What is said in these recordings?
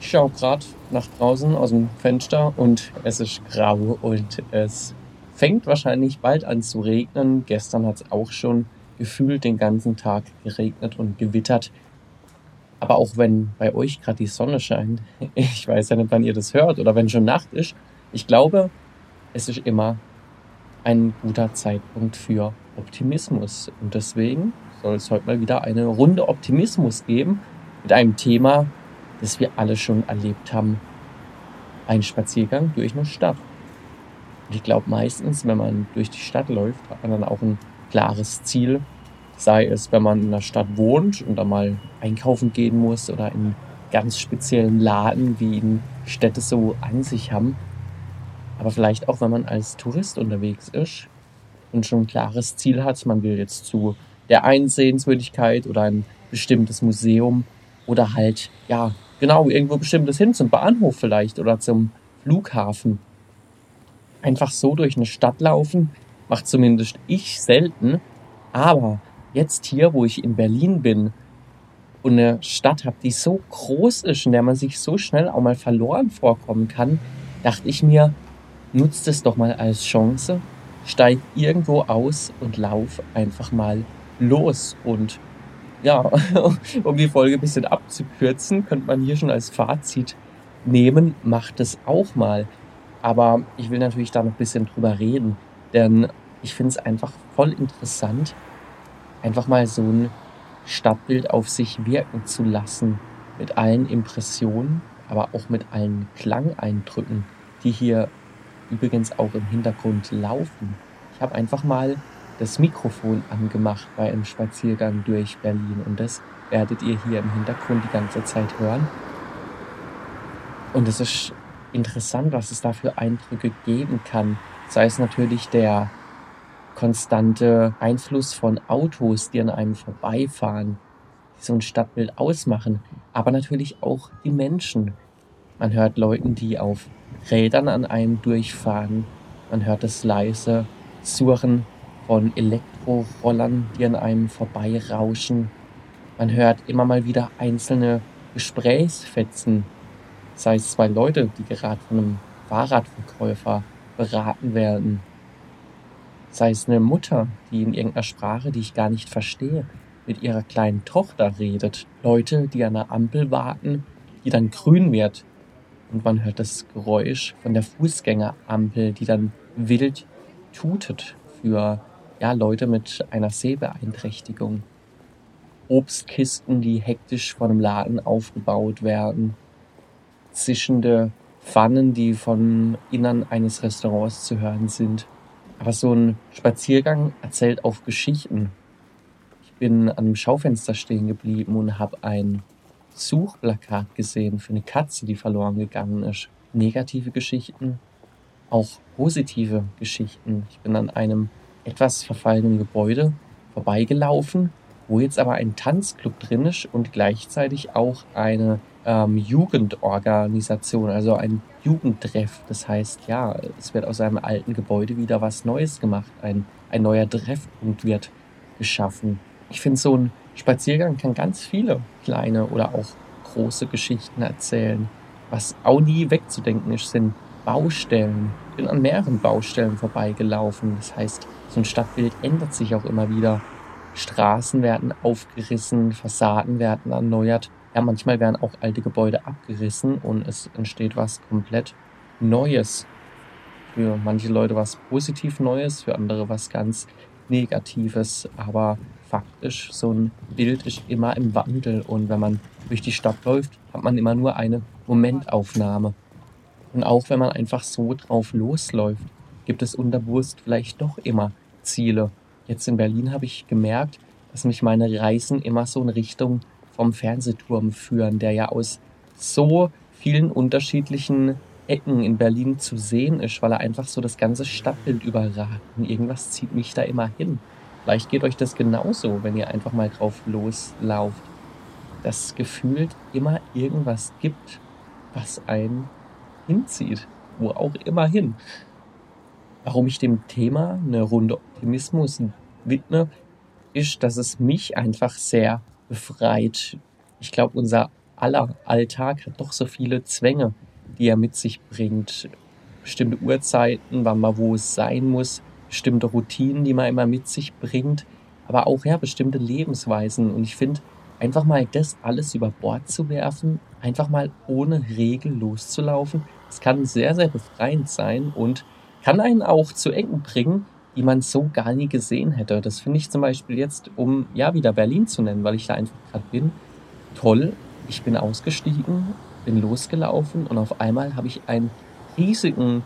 Ich schaue gerade nach draußen aus dem Fenster und es ist grau und es fängt wahrscheinlich bald an zu regnen. Gestern hat es auch schon gefühlt den ganzen Tag geregnet und gewittert. Aber auch wenn bei euch gerade die Sonne scheint, ich weiß ja nicht, wann ihr das hört oder wenn schon Nacht ist, ich glaube, es ist immer ein guter Zeitpunkt für Optimismus. Und deswegen soll es heute mal wieder eine Runde Optimismus geben mit einem Thema, das wir alle schon erlebt haben. Ein Spaziergang durch eine Stadt. Und ich glaube meistens, wenn man durch die Stadt läuft, hat man dann auch ein klares Ziel. Sei es, wenn man in der Stadt wohnt und da mal einkaufen gehen muss oder in einen ganz speziellen Laden, wie ihn Städte so an sich haben. Aber vielleicht auch, wenn man als Tourist unterwegs ist und schon ein klares Ziel hat. Man will jetzt zu der einen Sehenswürdigkeit oder ein bestimmtes Museum oder halt, ja, genau, irgendwo bestimmtes hin, zum Bahnhof vielleicht oder zum Flughafen. Einfach so durch eine Stadt laufen, macht zumindest ich selten. Aber jetzt hier, wo ich in Berlin bin und eine Stadt habe, die so groß ist, in der man sich so schnell auch mal verloren vorkommen kann, dachte ich mir, nutzt es doch mal als Chance, steig irgendwo aus und lauf einfach mal los. Und ja, um die Folge ein bisschen abzukürzen, könnte man hier schon als Fazit nehmen, macht es auch mal. Aber ich will natürlich da noch ein bisschen drüber reden, denn ich finde es einfach voll interessant, einfach mal so ein Stadtbild auf sich wirken zu lassen, mit allen Impressionen, aber auch mit allen Klangeindrücken, die hier übrigens auch im Hintergrund laufen. Ich habe einfach mal das Mikrofon angemacht bei einem Spaziergang durch Berlin und das werdet ihr hier im Hintergrund die ganze Zeit hören. Und es ist interessant, was es da für Eindrücke geben kann. Sei es natürlich der konstante Einfluss von Autos, die an einem vorbeifahren, die so ein Stadtbild ausmachen, aber natürlich auch die Menschen. Man hört Leuten, die auf Rädern an einem durchfahren. Man hört das leise Surren von Elektrorollern, die an einem vorbeirauschen. Man hört immer mal wieder einzelne Gesprächsfetzen, sei es zwei Leute, die gerade von einem Fahrradverkäufer beraten werden, sei es eine Mutter, die in irgendeiner Sprache, die ich gar nicht verstehe, mit ihrer kleinen Tochter redet. Leute, die an der Ampel warten, die dann grün wird. Und man hört das Geräusch von der Fußgängerampel, die dann wild tutet für ja, Leute mit einer Sehbeeinträchtigung. Obstkisten, die hektisch vor einem Laden aufgebaut werden. Zischende Pfannen, die vom Innern eines Restaurants zu hören sind. Aber so ein Spaziergang erzählt auch Geschichten. Ich bin an einem Schaufenster stehen geblieben und habe ein Suchplakat gesehen für eine Katze, die verloren gegangen ist. Negative Geschichten, auch positive Geschichten. Ich bin an einem etwas verfallenen Gebäude vorbeigelaufen, wo jetzt aber ein Tanzclub drin ist und gleichzeitig auch eine Jugendorganisation, also ein Jugendtreff. Das heißt, ja, es wird aus einem alten Gebäude wieder was Neues gemacht. Ein neuer Treffpunkt wird geschaffen. Ich finde, so ein Spaziergang kann ganz viele kleine oder auch große Geschichten erzählen. Was auch nie wegzudenken ist, sind Baustellen. Ich bin an mehreren Baustellen vorbeigelaufen. Das heißt, so ein Stadtbild ändert sich auch immer wieder. Straßen werden aufgerissen, Fassaden werden erneuert. Ja, manchmal werden auch alte Gebäude abgerissen und es entsteht was komplett Neues. Für manche Leute was positiv Neues, für andere was ganz Negatives. Aber faktisch, so ein Bild ist immer im Wandel und wenn man durch die Stadt läuft, hat man immer nur eine Momentaufnahme. Und auch wenn man einfach so drauf losläuft, gibt es unterbewusst vielleicht doch immer Ziele. Jetzt in Berlin habe ich gemerkt, dass mich meine Reisen immer so in Richtung vom Fernsehturm führen, der ja aus so vielen unterschiedlichen Ecken in Berlin zu sehen ist, weil er einfach so das ganze Stadtbild überragt. Und irgendwas zieht mich da immer hin. Vielleicht geht euch das genauso, wenn ihr einfach mal drauf loslauft. Dass es gefühlt immer irgendwas gibt, was einen hinzieht, wo auch immer hin. Warum ich dem Thema eine Runde Optimismus widme, ist, dass es mich einfach sehr befreit. Ich glaube, unser aller Alltag hat doch so viele Zwänge, die er mit sich bringt. Bestimmte Uhrzeiten, wann man wo sein muss, bestimmte Routinen, die man immer mit sich bringt, aber auch ja bestimmte Lebensweisen. Und ich finde, einfach mal das alles über Bord zu werfen, einfach mal ohne Regel loszulaufen, das kann sehr, sehr befreiend sein und kann einen auch zu Ecken bringen, die man so gar nie gesehen hätte. Das finde ich zum Beispiel jetzt, um ja wieder Berlin zu nennen, weil ich da einfach gerade bin, toll. Ich bin ausgestiegen, bin losgelaufen und auf einmal habe ich einen riesigen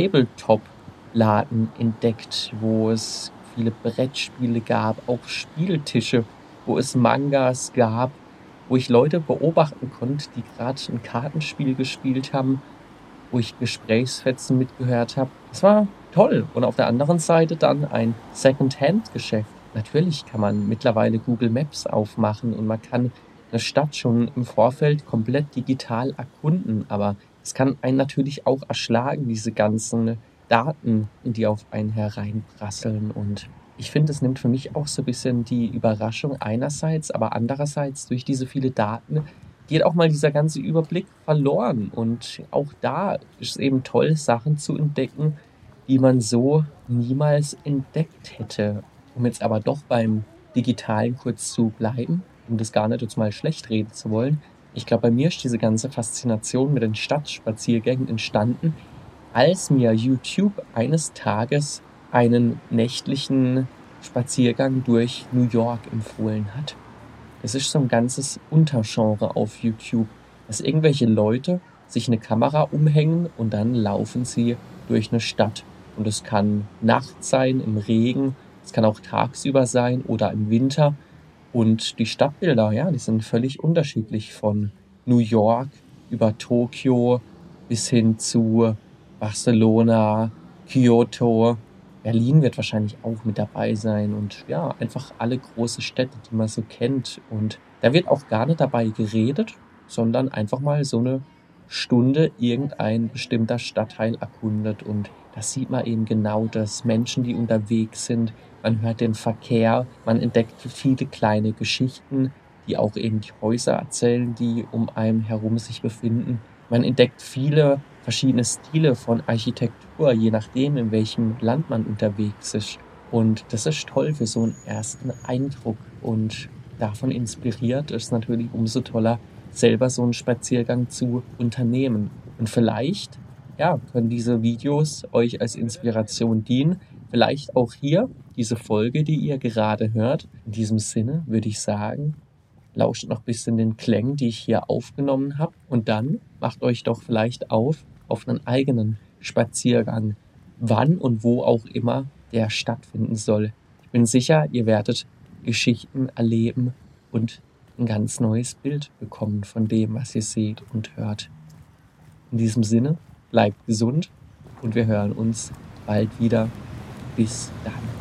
Tabletop-Laden entdeckt, wo es viele Brettspiele gab, auch Spieltische, wo es Mangas gab, wo ich Leute beobachten konnte, die gerade ein Kartenspiel gespielt haben, wo ich Gesprächsfetzen mitgehört habe. Das war toll. Und auf der anderen Seite dann ein Second-Hand-Geschäft. Natürlich kann man mittlerweile Google Maps aufmachen und man kann eine Stadt schon im Vorfeld komplett digital erkunden, aber es kann einen natürlich auch erschlagen, diese ganzen Daten, die auf einen hereinprasseln. Und ich finde, es nimmt für mich auch so ein bisschen die Überraschung einerseits, aber andererseits durch diese viele Daten geht auch mal dieser ganze Überblick verloren. Und auch da ist es eben toll, Sachen zu entdecken, die man so niemals entdeckt hätte. Um jetzt aber doch beim Digitalen kurz zu bleiben, um das gar nicht jetzt mal schlecht reden zu wollen. Ich glaube, bei mir ist diese ganze Faszination mit den Stadtspaziergängen entstanden, als mir YouTube eines Tages einen nächtlichen Spaziergang durch New York empfohlen hat. Es ist so ein ganzes Untergenre auf YouTube, dass irgendwelche Leute sich eine Kamera umhängen und dann laufen sie durch eine Stadt. Und es kann nachts sein, im Regen, es kann auch tagsüber sein oder im Winter. Und die Stadtbilder, ja, die sind völlig unterschiedlich von New York über Tokio bis hin zu Barcelona, Kyoto. Berlin wird wahrscheinlich auch mit dabei sein und ja, einfach alle große Städte, die man so kennt. Und da wird auch gar nicht dabei geredet, sondern einfach mal so eine Stunde irgendein bestimmter Stadtteil erkundet. Und da sieht man eben genau das, Menschen, die unterwegs sind. Man hört den Verkehr, man entdeckt viele kleine Geschichten, die auch eben die Häuser erzählen, die um einen herum sich befinden. Man entdeckt viele verschiedene Stile von Architektur, je nachdem, in welchem Land man unterwegs ist. Und das ist toll für so einen ersten Eindruck. Und davon inspiriert ist natürlich umso toller, selber so einen Spaziergang zu unternehmen. Und vielleicht, ja, können diese Videos euch als Inspiration dienen. Vielleicht auch hier diese Folge, die ihr gerade hört. In diesem Sinne würde ich sagen, lauscht noch ein bisschen den Klängen, die ich hier aufgenommen habe. Und dann macht euch doch vielleicht auf einen eigenen Spaziergang, wann und wo auch immer der stattfinden soll. Ich bin sicher, ihr werdet Geschichten erleben und ein ganz neues Bild bekommen von dem, was ihr seht und hört. In diesem Sinne, bleibt gesund und wir hören uns bald wieder. Bis dann.